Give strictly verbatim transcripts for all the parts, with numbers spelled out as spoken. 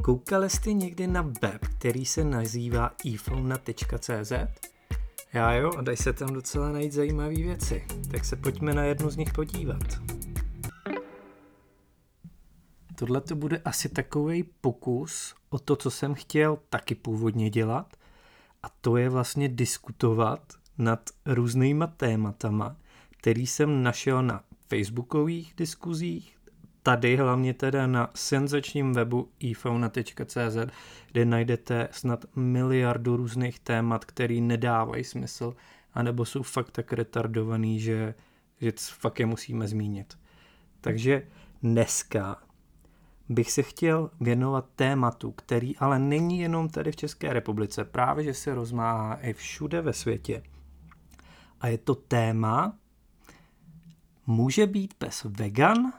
Koukali jste někdy na web, který se nazývá e fauna tečka cé zet? Já jo, a dají se tam docela najít zajímavé věci, tak se pojďme na jednu z nich podívat. Tohle to bude asi takovej pokus o to, co jsem chtěl taky původně dělat, a to je vlastně diskutovat nad různýma tématama, který jsem našel na facebookových diskuzích, tady hlavně teda na senzačním webu e fauna tečka cé zet, kde najdete snad miliardu různých témat, který nedávají smysl, anebo jsou fakt tak retardovaný, že, že fakt je musíme zmínit. Takže dneska bych se chtěl věnovat tématu, který ale není jenom tady v České republice, právě že se rozmáhá i všude ve světě. A je to téma, může být pes vegan?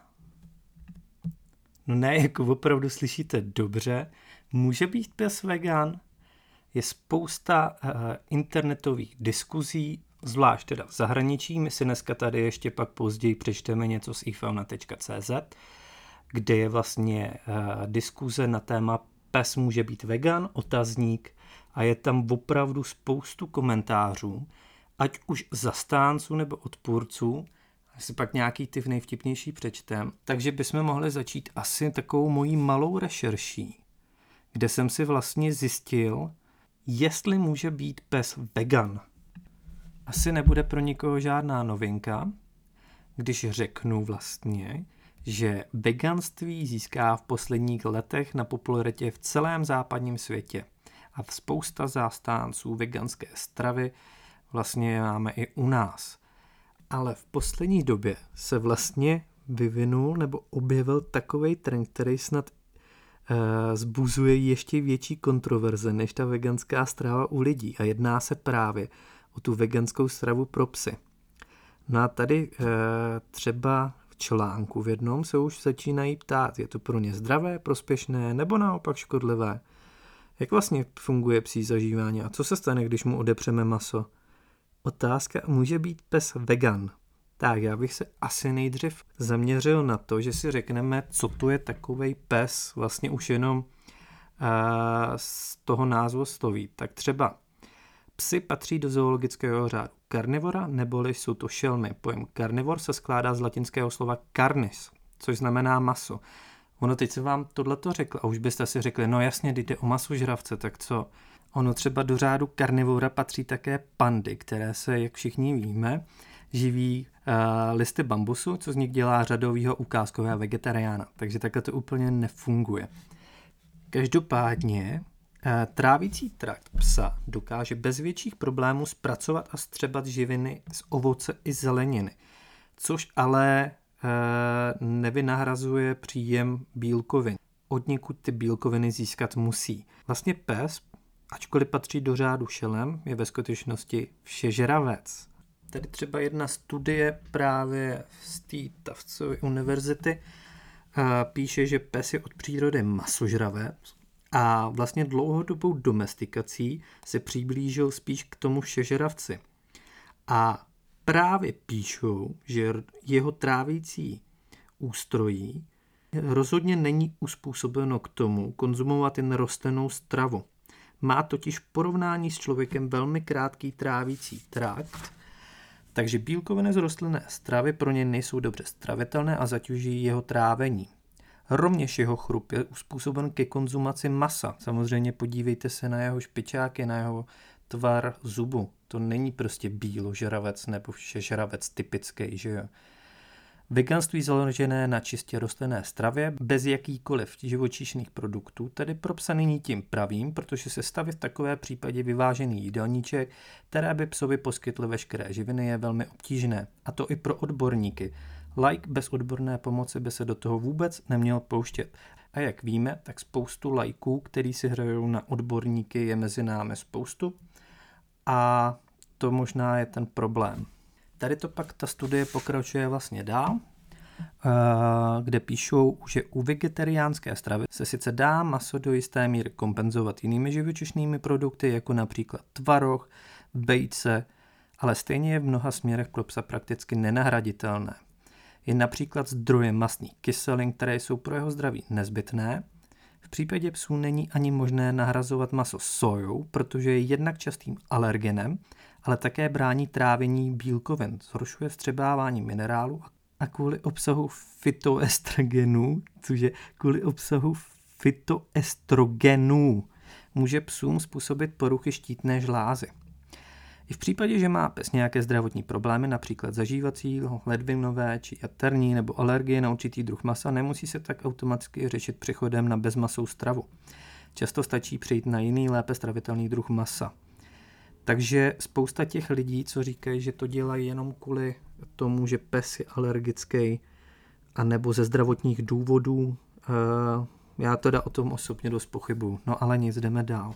No ne, jako opravdu slyšíte dobře, může být pes vegan? Je spousta uh, internetových diskuzí, zvlášť teda v zahraničí, my si dneska tady ještě pak později přečteme něco z e fauna tečka cé zet, kde je vlastně uh, diskuze na téma pes může být vegan, otazník, a je tam opravdu spoustu komentářů, ať už zastánců nebo odpůrců, si pak nějaký ty nejvtipnější přečtem, takže bychom mohli začít asi takovou mojí malou rešerší, kde jsem si vlastně zjistil, jestli může být pes vegan. Asi nebude pro nikoho žádná novinka, když řeknu vlastně, že veganství získá v posledních letech na popularitě v celém západním světě a spousta zastánců veganské stravy vlastně máme i u nás. Ale v poslední době se vlastně vyvinul nebo objevil takovej trend, který snad uh, zbuzuje ještě větší kontroverze než ta veganská strava u lidí. A jedná se právě o tu veganskou stravu pro psy. No a tady uh, třeba v článku v jednom se už začínají ptát, je to pro ně zdravé, prospěšné nebo naopak škodlivé. Jak vlastně funguje psí zažívání a co se stane, když mu odepřeme maso? Otázka, může být pes vegan? Tak já bych se asi nejdřív zaměřil na to, že si řekneme, co to je takovej pes, vlastně už jenom uh, z toho názvu sloví. Tak třeba psi patří do zoologického řádu karnivora, neboli jsou to šelmy. Pojem karnivor se skládá z latinského slova carnis, což znamená maso. Ono teď se vám tohleto řekl a už byste si řekli, no jasně, jde o masožravce, tak co? Ono třeba do řádu karnivora patří také pandy, které se, jak všichni víme, živí uh, listy bambusu, co z nich dělá řadovýho ukázkového vegetariána. Takže takhle to úplně nefunguje. Každopádně uh, trávicí trakt psa dokáže bez větších problémů zpracovat a střebat živiny z ovoce i zeleniny, což ale uh, nevynahrazuje příjem bílkovin. Odněkud ty bílkoviny získat musí. Vlastně pes, ačkoliv patří do řádu šelem, je ve skutečnosti všežravec. Tady třeba jedna studie právě z té Tuftsovy univerzity píše, že pes je od přírody masožravec a vlastně dlouhodobou domestikací se přiblížil spíš k tomu všežravci. A právě píšou, že jeho trávicí ústrojí rozhodně není uspůsobeno k tomu konzumovat jen rostlinnou stravu. Má totiž v porovnání s člověkem velmi krátký trávicí trakt, takže bílkoviny z rostlinné stravy pro ně nejsou dobře stravitelné a zatěžují jeho trávení. Rovněž jeho chrup je uspůsoben ke konzumaci masa. Samozřejmě podívejte se na jeho špičáky, na jeho tvar zubu. To není prostě bíložravec nebo všežravec typický, že jo. Veganství založené na čistě rostlinné stravě, bez jakýkoliv živočišných produktů, tedy pro psa není tím pravým, protože se stavit v takové případě vyvážený jídelníček, které by psovi poskytly veškeré živiny, je velmi obtížné. A to i pro odborníky. Laik bez odborné pomoci by se do toho vůbec neměl pouštět. A jak víme, tak spoustu laiků, který si hrajou na odborníky, je mezi námi spoustu. A to možná je ten problém. Tady to pak ta studie pokračuje vlastně dál, kde píšou, že u vegetariánské stravy se sice dá maso do jisté míry kompenzovat jinými živočišnými produkty, jako například tvaroh, vejce, ale stejně je v mnoha směrech pro psa prakticky nenahraditelné. Je například zdrojem mastných kyselin, které jsou pro jeho zdraví nezbytné, V případě psů není ani možné nahrazovat maso sojou, protože je jednak častým alergenem, ale také brání trávění bílkovin, zhoršuje vstřebávání minerálů a kvůli obsahu fytoestrogenů, což je kvůli obsahu fytoestrogenů, může psům způsobit poruchy štítné žlázy. I v případě, že má pes nějaké zdravotní problémy, například zažívací, ledvinové či jaterní nebo alergie na určitý druh masa, nemusí se tak automaticky řešit přechodem na bezmasou stravu. Často stačí přejít na jiný, lépe stravitelný druh masa. Takže spousta těch lidí, co říkají, že to dělají jenom kvůli tomu, že pes je alergický, anebo ze zdravotních důvodů, já teda o tom osobně dost pochybuju. No ale nic, jdeme dál.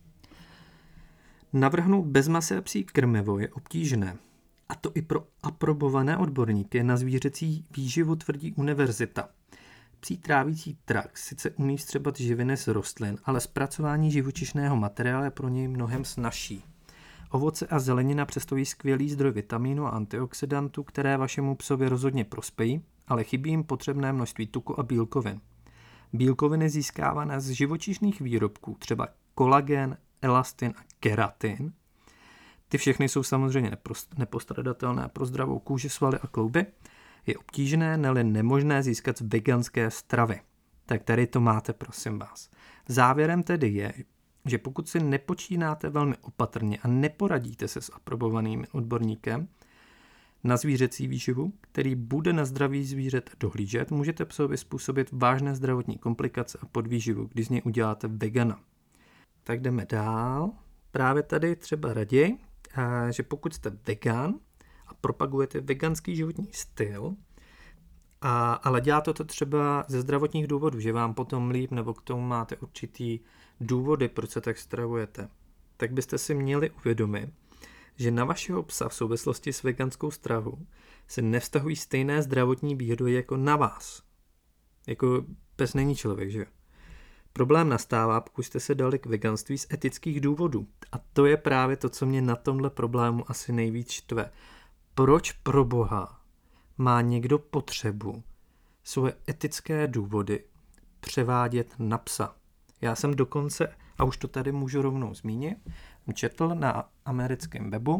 Navrhnout bezmasé psí krmivo je obtížné. A to i pro aprobované odborníky na zvířecí výživu tvrdí univerzita. Psí trávící trakt sice umí vstřebat živiny z rostlin, ale zpracování živočišného materiálu je pro něj mnohem snazší. Ovoce a zelenina představují skvělý zdroj vitamínu a antioxidantů, které vašemu psovi rozhodně prospějí, ale chybí jim potřebné množství tuku a bílkovin. Bílkoviny získávané z živočišných výrobků, třeba kolagen, elastin a keratin, ty všechny jsou samozřejmě nepostradatelné pro zdravou kůži, svaly a klouby, je obtížné, ne-li nemožné získat z veganské stravy. Tak tady to máte, prosím vás. Závěrem tedy je, že pokud si nepočínáte velmi opatrně a neporadíte se s aprobovaným odborníkem na zvířecí výživu, který bude na zdraví zvířat dohlížet, můžete psovi způsobit vážné zdravotní komplikace a podvýživu, když z něj uděláte vegana. Tak jdeme dál. Právě tady třeba raději, že pokud jste vegan a propagujete veganský životní styl, a, ale děláte to třeba ze zdravotních důvodů, že vám potom líp nebo k tomu máte určitý důvody, proč se tak stravujete, tak byste si měli uvědomit, že na vašeho psa v souvislosti s veganskou stravou se nevztahují stejné zdravotní výhody jako na vás. Jako pes není člověk, že jo? Problém nastává, pokud jste se dali k veganství z etických důvodů. A to je právě to, co mě na tomhle problému asi nejvíc štve. Proč pro boha má někdo potřebu svoje etické důvody převádět na psa? Já jsem dokonce, a už to tady můžu rovnou zmínit, četl na americkém webu,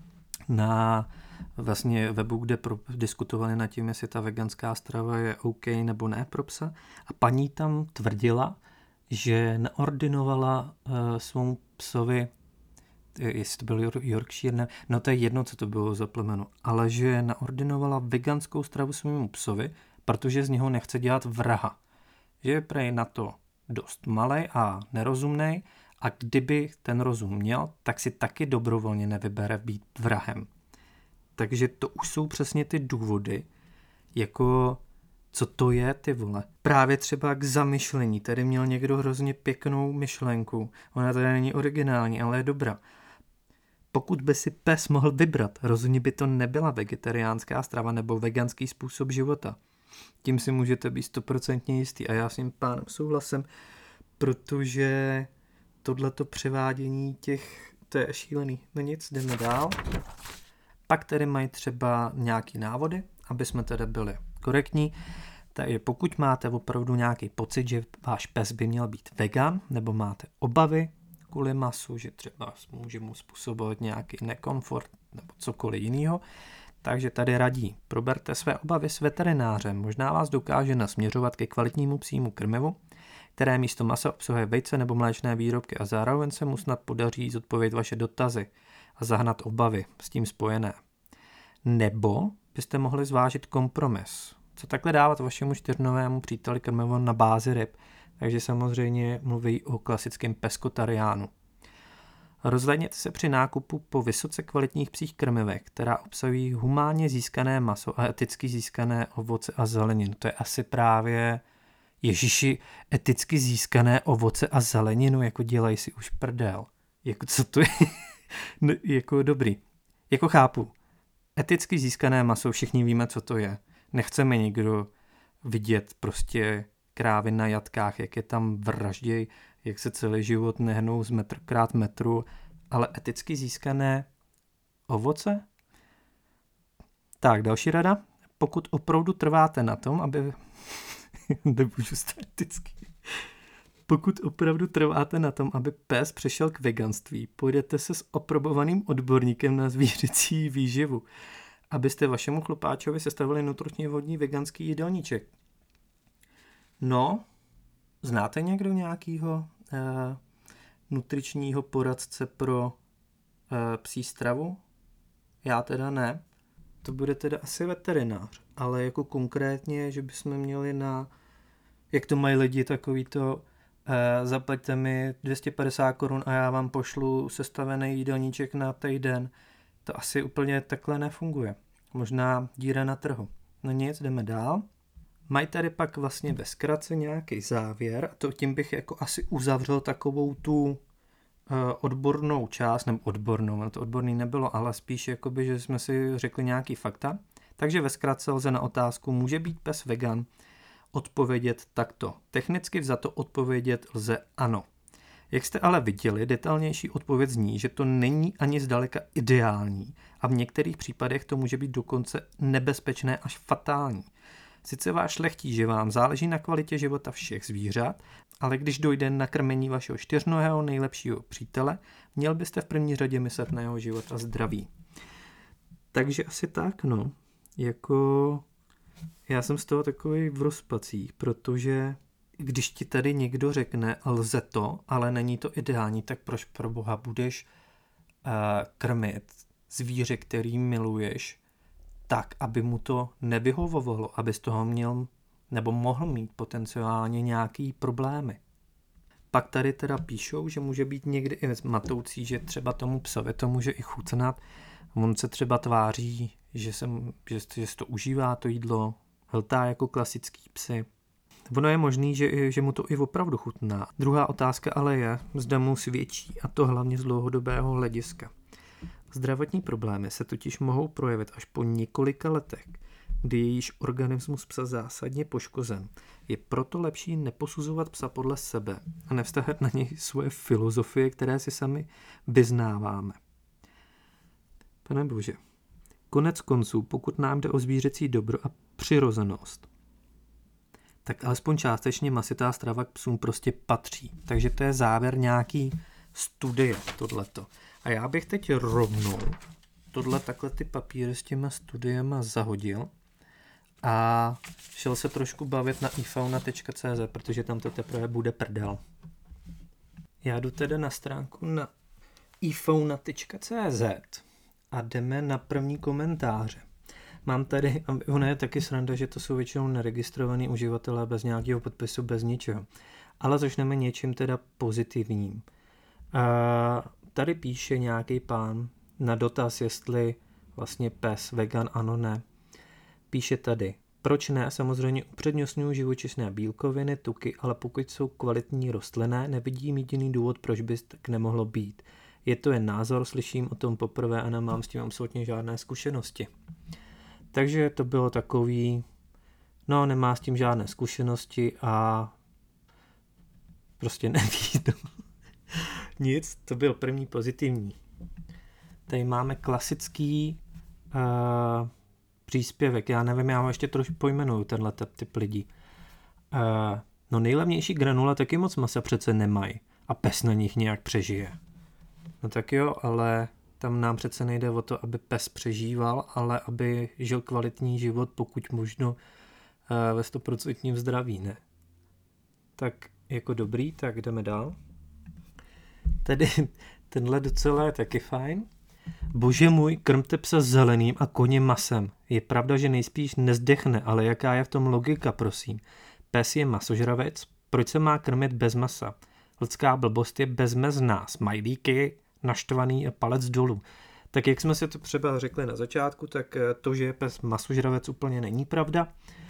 na vlastně webu, kde diskutovali nad tím, jestli ta veganská strava je OK nebo ne pro psa. A paní tam tvrdila, že naordinovala uh, svému psovi, jestli to byl Yorkshire, ne, no to je jedno, co to bylo za plemeno, ale že naordinovala veganskou stravu svému psovi, protože z něho nechce dělat vraha. Že je prej na to dost malej a nerozumnej a kdyby ten rozum měl, tak si taky dobrovolně nevybere být vrahem. Takže to už jsou přesně ty důvody, jako co to je, ty vole. Právě třeba k zamyšlení. Tady měl někdo hrozně pěknou myšlenku. Ona tady není originální, ale je dobrá. Pokud by si pes mohl vybrat, rozhodně by to nebyla vegetariánská strava nebo veganský způsob života. Tím si můžete být stoprocentně jistý a já s tím pánem souhlasím, protože tohleto převádění těch, to je šílený. No nic, jdeme dál. Pak tady mají třeba nějaký návody, aby jsme tedy byli korektní. Takže pokud máte opravdu nějaký pocit, že váš pes by měl být vegan, nebo máte obavy kvůli masu, že třeba může mu způsobovat nějaký nekomfort nebo cokoliv jiného, takže tady radí, proberte své obavy s veterinářem, možná vás dokáže nasměřovat ke kvalitnímu psímu krmivu, které místo masa obsahuje vejce nebo mléčné výrobky a zároveň se mu snad podaří zodpovědět vaše dotazy a zahnat obavy s tím spojené. Nebo byste mohli zvážit kompromis. Co takhle dávat vašemu čtyřnovému příteli krmivo na bázi ryb, takže samozřejmě mluví o klasickém peskotariánu. Rozhlédněte se při nákupu po vysoce kvalitních psích krmivech, která obsahují humánně získané maso a eticky získané ovoce a zeleninu. To je asi právě, ježiši, eticky získané ovoce a zeleninu, jako dělají si už prdel. Jako co to je? No, jako dobrý. Jako chápu. Eticky získané maso, všichni víme, co to je. Nechceme někdo vidět prostě krávy na jatkách, jak je tam vražděj, jak se celý život nehnou z metr krát metru, ale eticky získané ovoce? Tak, další rada. Pokud opravdu trváte na tom, aby... Nemůžu stát eticky. Pokud opravdu trváte na tom, aby pes přešel k veganství, půjdete se s aprobovaným odborníkem na zvířecí výživu, abyste vašemu chlupáčovi sestavili nutričně vhodný veganský jídelníček. No, znáte někdo nějakýho uh, nutričního poradce pro uh, psí stravu? Já teda ne. To bude teda asi veterinář, ale jako konkrétně, že bychom měli na, jak to mají lidi, takový to, uh, zaplaťte mi dvě stě padesát korun a já vám pošlu sestavený jídelníček na týden. To asi úplně takhle nefunguje. Možná díra na trhu. No nic, jdeme dál. Mají tady pak vlastně ve zkratce nějaký závěr a to tím bych jako asi uzavřel takovou tu uh, odbornou část, nebo odbornou, no to odborný nebylo, ale spíš jakoby, že jsme si řekli nějaký fakta. Takže ve zkratce lze na otázku, může být pes vegan, odpovědět takto. Technicky vzato odpovědět lze ano. Jak jste ale viděli, detailnější odpověď zní, že to není ani zdaleka ideální a v některých případech to může být dokonce nebezpečné až fatální. Sice vás šlechtí, že vám záleží na kvalitě života všech zvířat, ale když dojde na krmení vašeho čtyřnohého nejlepšího přítele, měl byste v první řadě myslet na jeho život a zdraví. Takže asi tak, no. Jako já jsem z toho takový v rozpacích, protože když ti tady někdo řekne, lze to, ale není to ideální, tak proč pro boha budeš uh, krmit zvíře, který miluješ, tak, aby mu to nevyhovovalo, aby z toho měl nebo mohl mít potenciálně nějaký problémy. Pak tady teda píšou, že může být někdy i matoucí, že třeba tomu psovi to může i chucnat. On se třeba tváří, že se, že, že se to užívá, to jídlo, hltá jako klasický psy. Ono je možný, že, že mu to i opravdu chutná. Druhá otázka ale je, zda mu svědčí, a to hlavně z dlouhodobého hlediska. Zdravotní problémy se totiž mohou projevit až po několika letech, kdy je již organismus psa zásadně poškozen. Je proto lepší neposuzovat psa podle sebe a nevztahat na něj svoje filozofie, které si sami vyznáváme. Pane bože, konec konců, pokud nám jde o zvířecí dobro a přirozenost, tak alespoň částečně masitá strava k psům prostě patří. Takže to je závěr nějaký studie, tohleto. A já bych teď rovnou tohle takhle ty papíry s těma studiema zahodil a šel se trošku bavit na i fauna tečka cé zet, protože tam to teprve bude prdel. Já jdu teda na stránku na i fauna tečka cé zet a jdeme na první komentáře. Mám tady, ono je taky sranda, že to jsou většinou neregistrovaný uživatelé bez nějakého podpisu, bez ničeho. Ale začneme něčím teda pozitivním. A tady píše nějaký pán na dotaz, jestli vlastně pes vegan, ano, ne. Píše tady, proč ne, samozřejmě upřednostňuji živočišné bílkoviny, tuky, ale pokud jsou kvalitní rostlinné, nevidím jediný důvod, proč by tak nemohlo být. Je to jen názor, slyším o tom poprvé a nemám s tím absolutně žádné zkušenosti. Takže to bylo takový, no nemá s tím žádné zkušenosti a prostě neví to. Nic, to byl první pozitivní. Tady máme klasický uh, příspěvek, já nevím, já ho ještě trošku pojmenuju, tenhle typ lidí. Uh, no nejlevnější granule taky moc masa přece nemají a pes na nich nějak přežije. No tak jo, ale tam nám přece nejde o to, aby pes přežíval, ale aby žil kvalitní život, pokud možno uh, ve stoprocentním zdraví, ne? Tak jako dobrý, tak jdeme dál. Tady tenhle docela je taky fajn. Bože můj, krmte psa zeleným a koně masem. Je pravda, že nejspíš nezdechne, ale jaká je v tom logika, prosím? Pes je masožravec, proč se má krmit bez masa? Lidská blbost je bezmezná, smajlíky, naštvaný a palec dolů. Tak jak jsme si to třeba řekli na začátku, tak to, že je pes masožravec, úplně není pravda,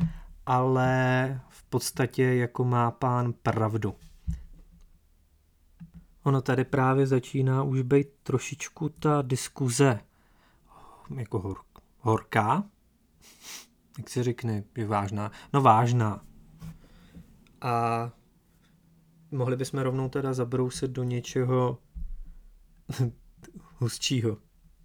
ale v podstatě jako má pán pravdu. Ono tady právě začíná už být trošičku ta diskuze jako hor, horká, jak se řekne, je vážná, no vážná. A mohli bychom rovnou teda zabrousit do něčeho hustšího.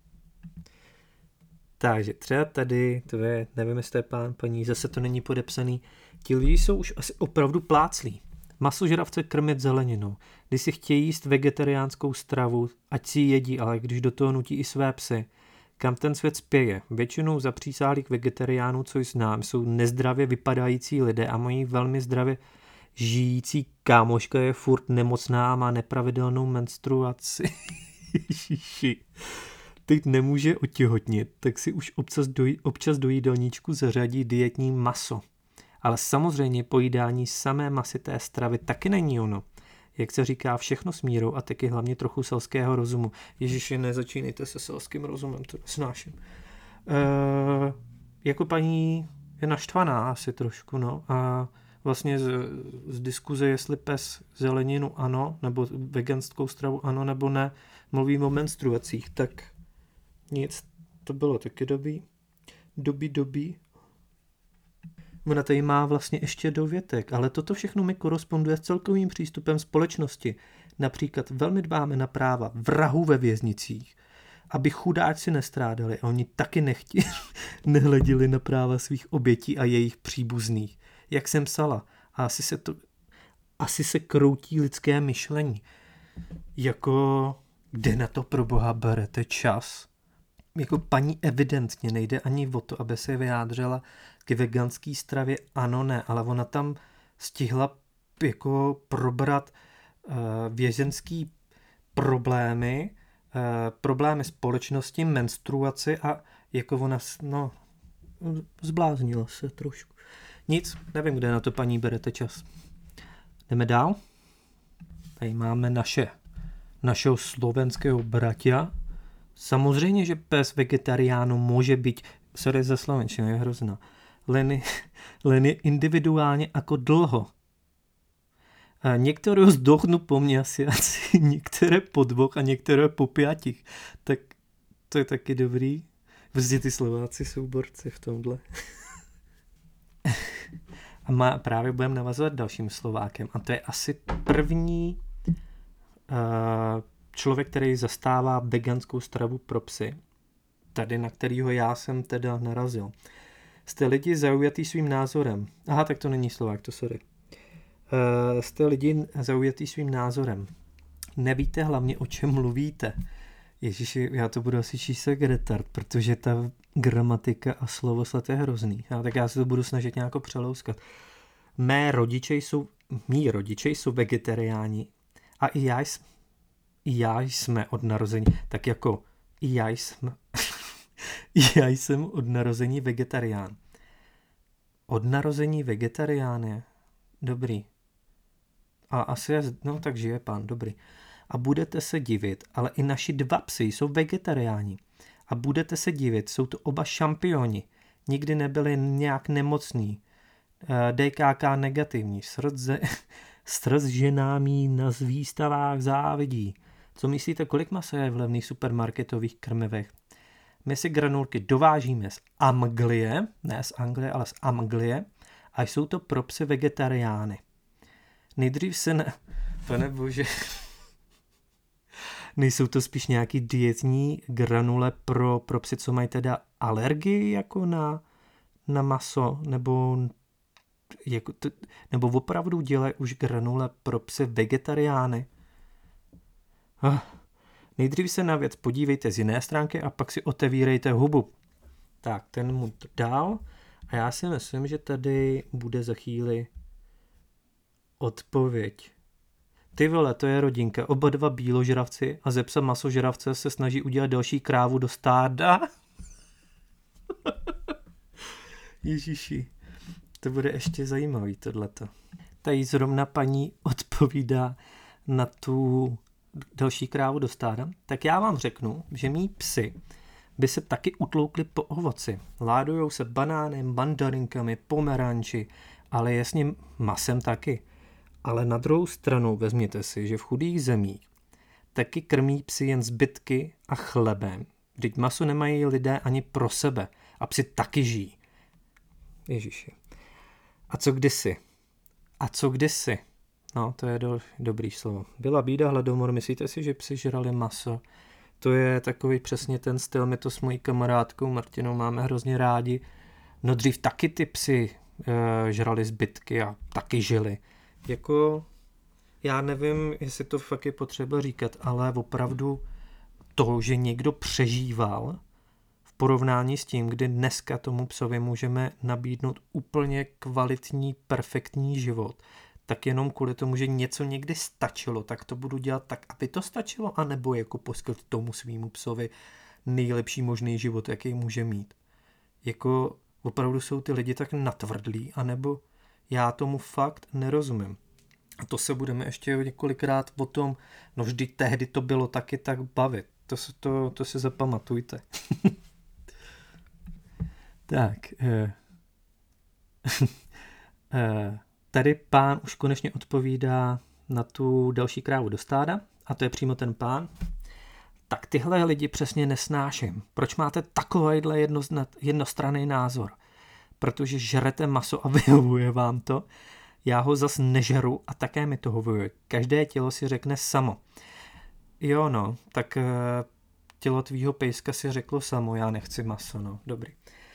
Takže třeba tady, to je, nevím, jestli to je pán, paní, zase to není podepsaný, ti lidi jsou už asi opravdu pláclí. Masožravce krmit zeleninou. Když si chtějí jíst vegetariánskou stravu, ať si ji jedí, ale když do toho nutí i své psy. Kam ten svět spěje? Většinou zapřísálých vegetariánů, co znám, jsou nezdravě vypadající lidé a mojí velmi zdravě žijící kámoška je furt nemocná a má nepravidelnou menstruaci. Ježiši. Teď nemůže otěhotnit, tak si už občas do, občas do jídelníčku zařadí dietní maso. Ale samozřejmě pojídání samé masité stravy taky není ono. Jak se říká, všechno s mírou a taky hlavně trochu selského rozumu. Ježiši, nezačínejte se selským rozumem, to nesnáším. E, jako paní je naštvaná asi trošku, no. A vlastně z, z diskuze, jestli pes zeleninu ano, nebo veganskou stravu ano, nebo ne, mluvím o menstruacích, tak nic, to bylo taky doby, doby, doby. Ona tady má vlastně ještě dovětek, ale toto všechno mi koresponduje s celkovým přístupem společnosti. Například velmi dbáme na práva vrahů ve věznicích, aby chudáci nestrádali a oni taky nechti, nehledili na práva svých obětí a jejich příbuzných. Jak jsem psala, a asi se to, asi se kroutí lidské myšlení. Jako, kde na to pro boha berete čas? Jako paní evidentně nejde ani o to, aby se vyjádřila k veganské stravě, ano, ne, ale ona tam stihla jako probrat uh, vězenský problémy, uh, problémy společnosti, menstruaci a jako ona, no, zbláznila se trošku. Nic, nevím, kde na to paní berete čas. Jdeme dál. Tady máme naše, našeho slovenského bratia. Samozřejmě, že pes vegetariánu může být, sorry za slovenčinu, je hrozná, len, len je individuálně jako dlho. A některé zdochnu po měsíci, některé po dvoch a některé po pětich. Tak to je taky dobrý. Prostě ty Slováci jsou borci v tomhle. A má, právě budeme navazovat dalším Slovákem. A to je asi první uh, člověk, který zastává veganskou stravu pro psy. Tady, na kterýho já jsem teda narazil. Jste lidi zaujatý svým názorem. Aha, tak to není Slovák, to sorry. Uh, jste lidi zaujatý svým názorem. Nevíte hlavně, o čem mluvíte. Ježiši, já to budu asi číst jak retard, protože ta gramatika a slovosled je hrozný. A tak já se to budu snažit nějak přelouskat. Mé rodiče jsou, mý rodiče jsou vegetariáni a i já, jsem, i já jsme od narození, tak jako i já jsem, i já jsem od narození vegetarián. Od narození vegetarián je dobrý. A asi je, no tak žije pán, dobrý. A budete se divit, ale i naši dva psy jsou vegetariáni. A budete se divit, jsou to oba šampioni. Nikdy nebyli nějak nemocní. D K K negativní. Srdce, srdc ženámí na výstavách závidí. Co myslíte, kolik masa je v levných supermarketových krmivech? My si granulky dovážíme z Anglie, ne z Anglie, ale z Anglie, a jsou to pro psy vegetariány. Nejdřív se ne... Pane bože... Nejsou to spíš nějaký dietní granule pro, pro psy, co mají teda alergii jako na, na maso, nebo, jako t, nebo opravdu dělají už granule pro psy vegetariány? Ah, nejdřív se na věc podívejte z jiné stránky a pak si otevírejte hubu. Tak, ten mu dál a já si myslím, že tady bude za chvíli odpověď. Ty vole, to je rodinka, oba dva bíložravci a ze psa masožravce se snaží udělat další krávu do stáda. Ježiši, to bude ještě zajímavý tohleto. Tady zrovna paní odpovídá na tu další krávu do stáda. Tak já vám řeknu, že mý psy by se taky utloukli po ovoci. Ládujou se banány, mandarinkami, pomeranči, ale jasně masem taky. Ale na druhou stranu vezměte si, že v chudých zemích taky krmí psy jen zbytky a chlebem. Vždyť maso nemají lidé ani pro sebe a psi taky žijí. Ježiši. A co kdysi? A co kdysi? No, to je do, dobrý slovo. Byla bída, hladomor, myslíte si, že psi žrali maso? To je takový přesně ten styl, my to s mojí kamarádkou Martinou máme hrozně rádi. No dřív taky ty psi e, žrali zbytky a taky žili. Jako, já nevím, jestli to fakt je potřeba říkat, ale opravdu to, že někdo přežíval v porovnání s tím, kdy dneska tomu psovi můžeme nabídnout úplně kvalitní, perfektní život, tak jenom kvůli tomu, že něco někdy stačilo, tak to budu dělat tak, aby to stačilo, anebo jako poskytnout tomu svýmu psovi nejlepší možný život, jaký může mít. Jako opravdu jsou ty lidi tak natvrdlí, anebo já tomu fakt nerozumím. A to se budeme ještě několikrát o tom, no vždy tehdy to bylo taky tak bavit. To, to, to si zapamatujte. Tak. Eh, eh, tady pán už konečně odpovídá na tu další krávu do stáda, a to je přímo ten pán. Tak tyhle lidi přesně nesnáším. Proč máte takovýhle jednostranný názor? Protože žerete maso a vyhovuje vám to. Já ho zas nežeru a také mi to vyhovuje. Každé tělo si řekne samo. Jo no, tak tělo tvýho pejska si řeklo samo, já nechci maso, no, dobrý.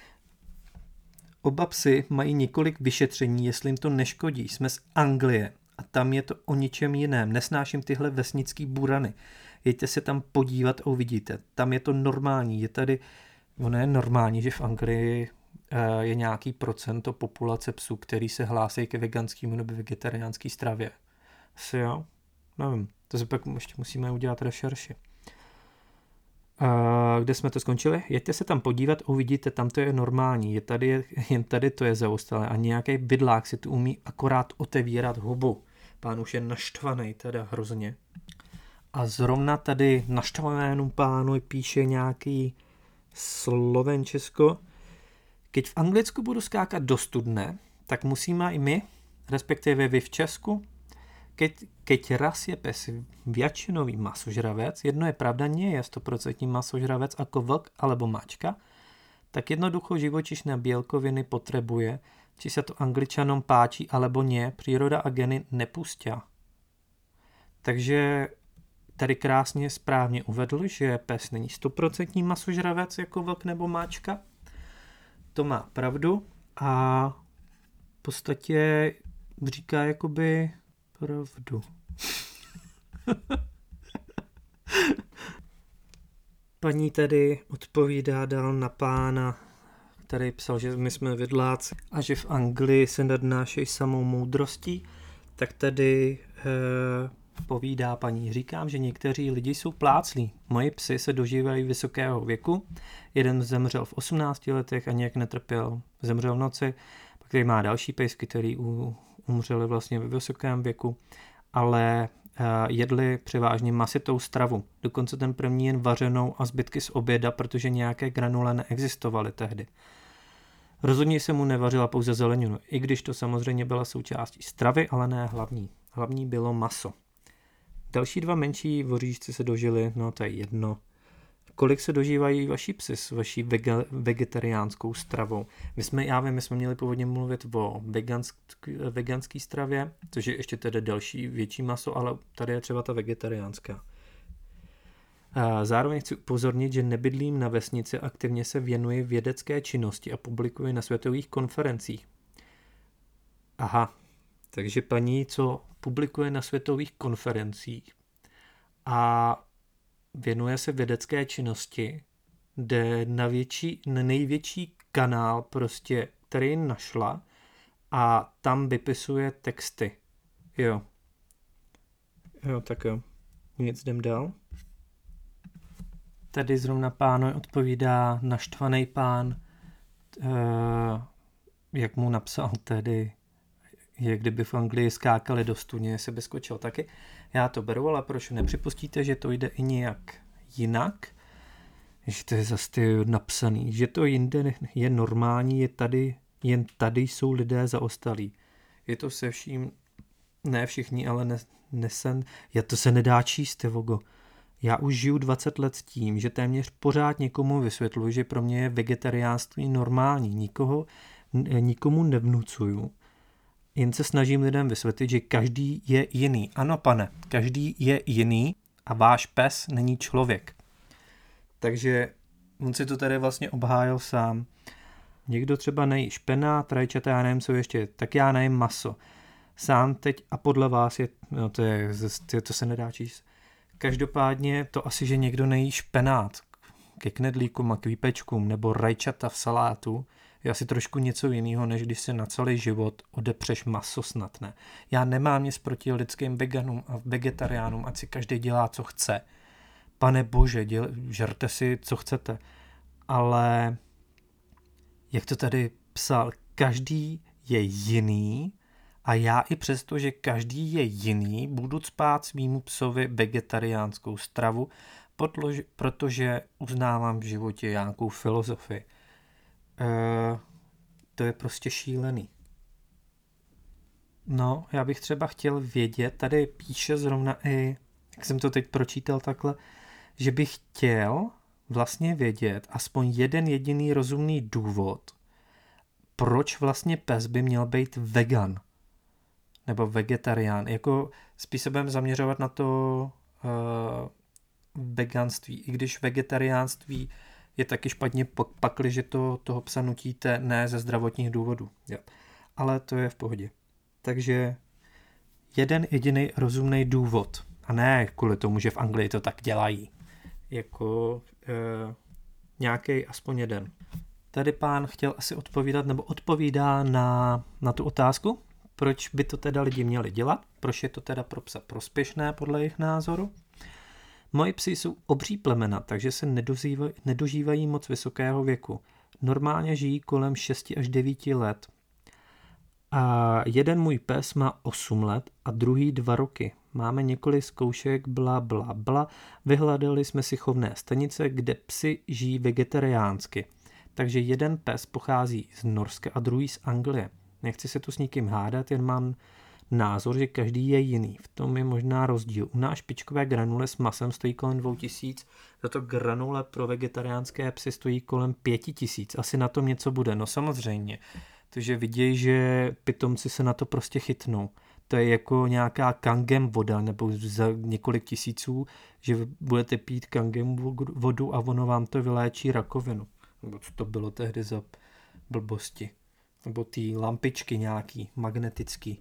Oba psy mají několik vyšetření, jestli jim to neškodí. Jsme z Anglie a tam je to o ničem jiném. Nesnáším tyhle vesnický burany. Jeďte se tam podívat a uvidíte. Tam je to normální. Je tady, ono je normální, že v Anglii je nějaký procento populace psů, který se hlásí ke veganskému nebo vegetariánský stravě. Asi jo? Nevím. To se pak ještě musíme udělat rešerši. Uh, kde jsme to skončili? Jeďte se tam podívat a uvidíte, tam to je normální. Je tady, jen tady to je zaostalé a nějaký bydlák si tu umí akorát otevírat hubu. Pán už je naštvaný teda hrozně. A zrovna tady naštvanému pánu píše nějaký Slovenčesko. Keď v Anglicku budu skákat do studne, tak musíme i my, respektive vy v Česku, keď, keď raz je pes většinový masožravec, jedno je pravda, nie je sto procent masožravec ako vlk alebo mačka, tak jednoducho živočišné bělkoviny potrebuje, či se to Angličanom páči alebo nie, příroda a geny nepustí. Takže tady krásně správně uvedl, že pes není sto procent masožravec jako vlk nebo mačka. To má pravdu a v podstatě říká jakoby pravdu. Paní tady odpovídá dál na pána, který psal, že my jsme vidláci a že v Anglii se nadnášejí samou moudrostí, tak tady eh, povídá paní. Říkám, že někteří lidi jsou pláclí. Moji psy se dožívají vysokého věku. Jeden zemřel v osmnácti letech a nějak netrpěl. Zemřel v noci. Pak tady má další pejsky, který umřeli vlastně ve vysokém věku, ale uh, jedli převážně masitou stravu. Dokonce ten první jen vařenou a zbytky z oběda, protože nějaké granule neexistovaly tehdy. Rozhodně se mu nevařila pouze zeleninu, i když to samozřejmě byla součástí stravy, ale ne hlavní. Hlavní bylo maso. Další dva menší voříšci se dožili, no to je jedno. Kolik se dožívají vaši psy s vaší vega, vegetariánskou stravou? My jsme, já vím, my jsme měli původně mluvit o vegansk, veganské stravě, což je ještě tedy další větší maso, ale tady je třeba ta vegetariánská. Zároveň chci upozornit, že nebydlím na vesnici, aktivně se věnuji vědecké činnosti a publikuji na světových konferencích. Aha, takže paní, co publikuje na světových konferencích a věnuje se vědecké činnosti, jde na, větší, na největší kanál, prostě, který našla a tam vypisuje texty. Jo. Jo, tak jo. Nic, jdem dál. Tady zrovna páno odpovídá naštvaný pán, uh, jak mu napsal tedy, je kdyby v Anglii skákali do studně, se by skočil taky. Já to beru, ale proč nepřipustíte, že to jde i nějak jinak? Že to je zase ty napsaný, že to jinde je normální, je tady, jen tady jsou lidé zaostalí. Je to se vším, ne všichni, ale ne, nesen, já to se nedá číst, vogo. Já už žiju dvacet let s tím, že téměř pořád někomu vysvětluji, že pro mě je vegetariánství normální. Nikoho, nikomu nevnucuju. Jen se snažím lidem vysvětlit, že každý je jiný. Ano, pane, každý je jiný a váš pes není člověk. Takže on si to tady vlastně obhájil sám. Někdo třeba nejí špenát, rajčata, já nevím, co ještě, tak já nejím maso. sám teď a podle vás je, no to, je, to se nedá číst. Každopádně to asi, že někdo nejí špenát ke knedlíkům a k výpečkům nebo rajčata v salátu, je asi trošku něco jiného, než když se na celý život odepřeš maso, snad ne. Já nemám nic proti lidským veganům a vegetariánům, ať si každý dělá, co chce. Pane bože, děl, žerte si, co chcete. Ale jak to tady psal, každý je jiný a já i přesto, že každý je jiný, budu cpát svýmu psovi vegetariánskou stravu, protože uznávám v životě nějakou filozofii. Uh, to je prostě šílený. No, já bych třeba chtěl vědět, tady píše zrovna i, jak jsem to teď pročítal takhle, že bych chtěl vlastně vědět aspoň jeden jediný rozumný důvod, proč vlastně pes by měl být vegan nebo vegetarián. Jako spíš se budeme zaměřovat na to uh, veganství, i když vegetariánství je taky špatně, pakli, že to toho psa nutíte ne ze zdravotních důvodů. Jo. Ale to je v pohodě. Takže jeden jediný rozumný důvod. A ne kvůli tomu, že v Anglii to tak dělají. Jako e, nějaký aspoň jeden. Tady pán chtěl asi odpovídat, nebo odpovídá na, na tu otázku, proč by to teda lidi měli dělat, proč je to teda pro psa prospěšné podle jejich názoru. Moji psi jsou obří plemena, takže se nedožívají, nedožívají moc vysokého věku. Normálně žijí kolem šest až devět let. A jeden můj pes má osm let a druhý dva roky. Máme několik zkoušek, bla, bla, bla. Vyhledali jsme si chovné stanice, kde psi žijí vegetariánsky. Takže jeden pes pochází z Norska a druhý z Anglie. Nechci se tu s nikým hádat, jen mám názor, že každý je jiný. V tom je možná rozdíl. U nás špičkové granule s masem stojí kolem dvou tisíc, tato granule pro vegetariánské psy stojí kolem pěti tisíc. Asi na tom něco bude. No samozřejmě. Takže vidějí, že pitomci se na to prostě chytnou. To je jako nějaká kangem voda, nebo za několik tisíců, že budete pít kangem vodu a ono vám to vyléčí rakovinu. Nebo co to bylo tehdy za blbosti. Nebo ty lampičky nějaký, magnetický.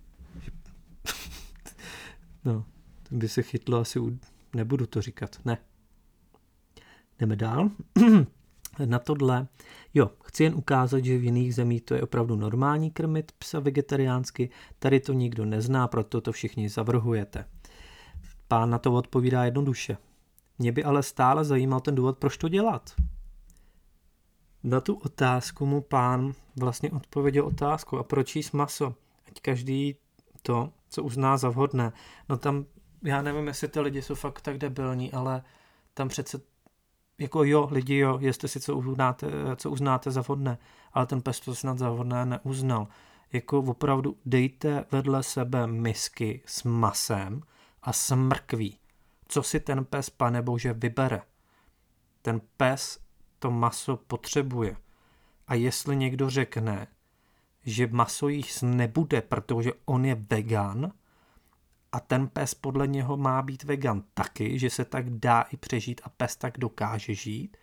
No, to by se chytlo asi, u... nebudu to říkat, ne. Jdeme dál. Na tohle, jo, chci jen ukázat, že v jiných zemích to je opravdu normální krmit psa vegetariánsky, tady to nikdo nezná, proto to všichni zavrhujete. Pán na to odpovídá jednoduše. Mě by ale stále zajímal ten důvod, proč to dělat. Na tu otázku mu pán vlastně odpověděl otázku, a proč jíst maso? Ať každý to, co uzná za vhodné. No tam, já nevím, jestli ty lidi jsou fakt tak debilní, ale tam přece jako jo, lidi jo, jestli si co uznáte, co uznáte za vhodné, ale ten pes to snad za vhodné neuznal. Jako opravdu dejte vedle sebe misky s masem a s mrkví. Co si ten pes, pane bože, vybere? Ten pes to maso potřebuje. A jestli někdo řekne, že maso jíst nebude, protože on je vegan, a ten pes podle něho má být vegan taky, že se tak dá i přežít a pes tak dokáže žít.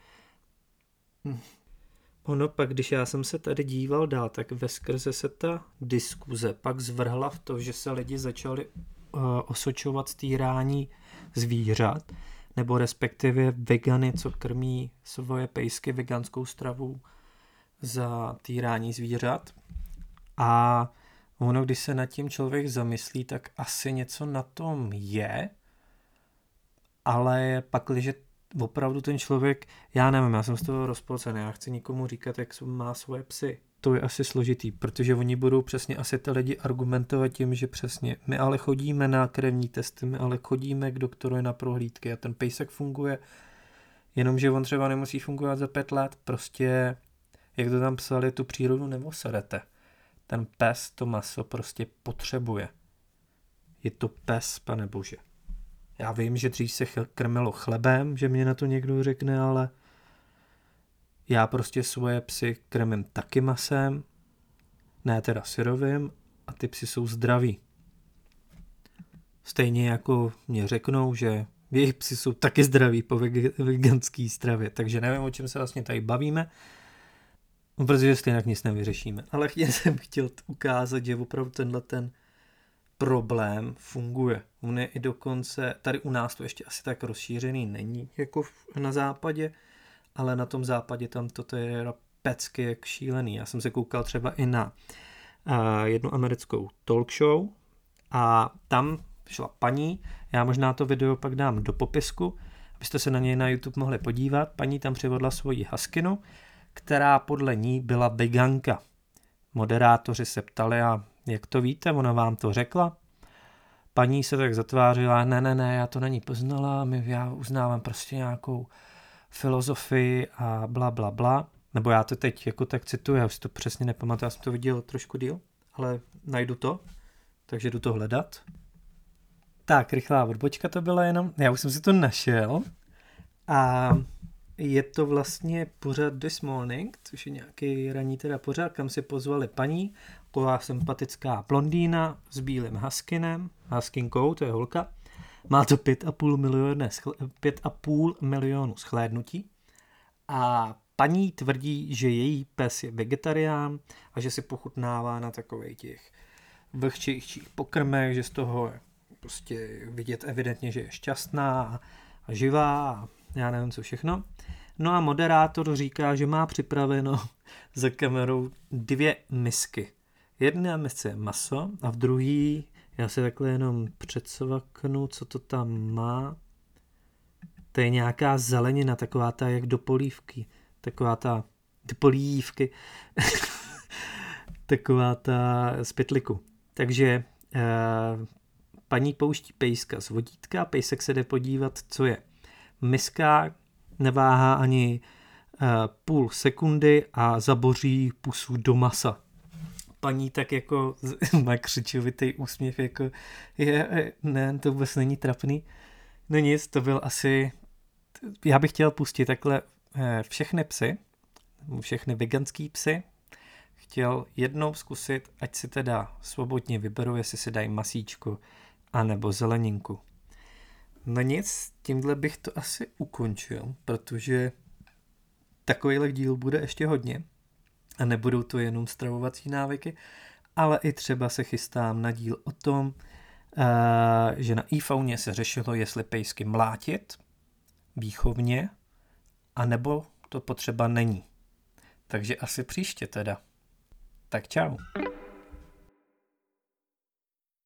Ono pak, když já jsem se tady díval dál, tak veskrze se ta diskuze pak zvrhla v to, že se lidi začali uh, osočovat z týrání zvířat, nebo respektive vegany, co krmí svoje pejsky veganskou stravu za týrání zvířat. A ono, když se nad tím člověk zamyslí, tak asi něco na tom je, ale pak, když opravdu ten člověk, já nevím, já jsem z toho rozpolcený, já chci nikomu říkat, jak má svoje psy. To je asi složitý, protože oni budou přesně asi ty lidi argumentovat tím, že přesně my ale chodíme na krevní testy, my ale chodíme k doktorovi na prohlídky a ten pejsek funguje, jenomže on třeba nemusí fungovat za pět let, prostě, jak to tam psali, tu přírodu neoserete. Ten pes to maso prostě potřebuje. Je to pes, pane bože. Já vím, že dřív se krmilo chlebem, že mě na to někdo řekne, ale já prostě svoje psy krmím taky masem, ne teda syrovým, a ty psy jsou zdraví. Stejně jako mě řeknou, že jejich psy jsou taky zdraví po veganské stravě, takže nevím, o čem se vlastně tady bavíme, protože stejně nic nevyřešíme. Ale jen jsem chtěl ukázat, že opravdu tenhle ten problém funguje. On je i dokonce, tady u nás to ještě asi tak rozšířený není, jako na západě, ale na tom západě tam toto je pecky jak šílený. Já jsem se koukal třeba i na uh, jednu americkou talk show a tam šla paní, já možná to video pak dám do popisku, abyste se na něj na YouTube mohli podívat. Paní tam přivedla svoji haskinu, která podle ní byla veganka. Moderátoři se ptali, a jak to víte, ona vám to řekla? Paní se tak zatvářila, ne, ne, ne, já to na ní poznala, my, já uznávám prostě nějakou filozofii a bla, bla, bla. Nebo já to teď jako tak cituji, já si to přesně nepamatuju, já jsem to viděl trošku díl, ale najdu to, takže jdu to hledat. Tak, rychlá odbočka to byla jenom, já už jsem si to našel a je to vlastně pořad This Morning, což je nějaký ranní teda pořad, kam si pozvali paní, taková sympatická blondýna s bílým haskinem, haskinkou, to je holka, má to pět a půl milionu, pět a půl milionu shlédnutí a paní tvrdí, že její pes je vegetarián a že si pochutnává na takových těch vlhčejších pokrmech, že z toho je prostě vidět evidentně, že je šťastná a živá a já nevím co všechno. No a moderátor říká, že má připraveno za kamerou dvě misky. Jedna misce je maso a v druhý, já si takhle jenom předsvaknu, co to tam má. To je nějaká zelenina, taková ta jak do polívky. Taková ta, ty polívky. Taková ta z pytliku. Takže eh, paní pouští pejska z vodítka, pejsek se jde podívat, co je. Miska neváhá ani uh, půl sekundy a zaboří pusu do masa. Paní tak jako má křičovitý úsměv, jako je, ne, to vůbec není trapný. No nic, to byl asi, já bych chtěl pustit takhle eh, všechny psy, všechny veganský psy, chtěl jednou zkusit, ať si teda svobodně vyberou, jestli si dají masíčko anebo zeleninku. No nic, tímhle bych to asi ukončil, protože takovýhle díl bude ještě hodně a nebudou to jenom stravovací návyky, ale i třeba se chystám na díl o tom, že na iPhone se řešilo, jestli pejsky mlátit výchovně, anebo to potřeba není. Takže asi příště teda. Tak čau.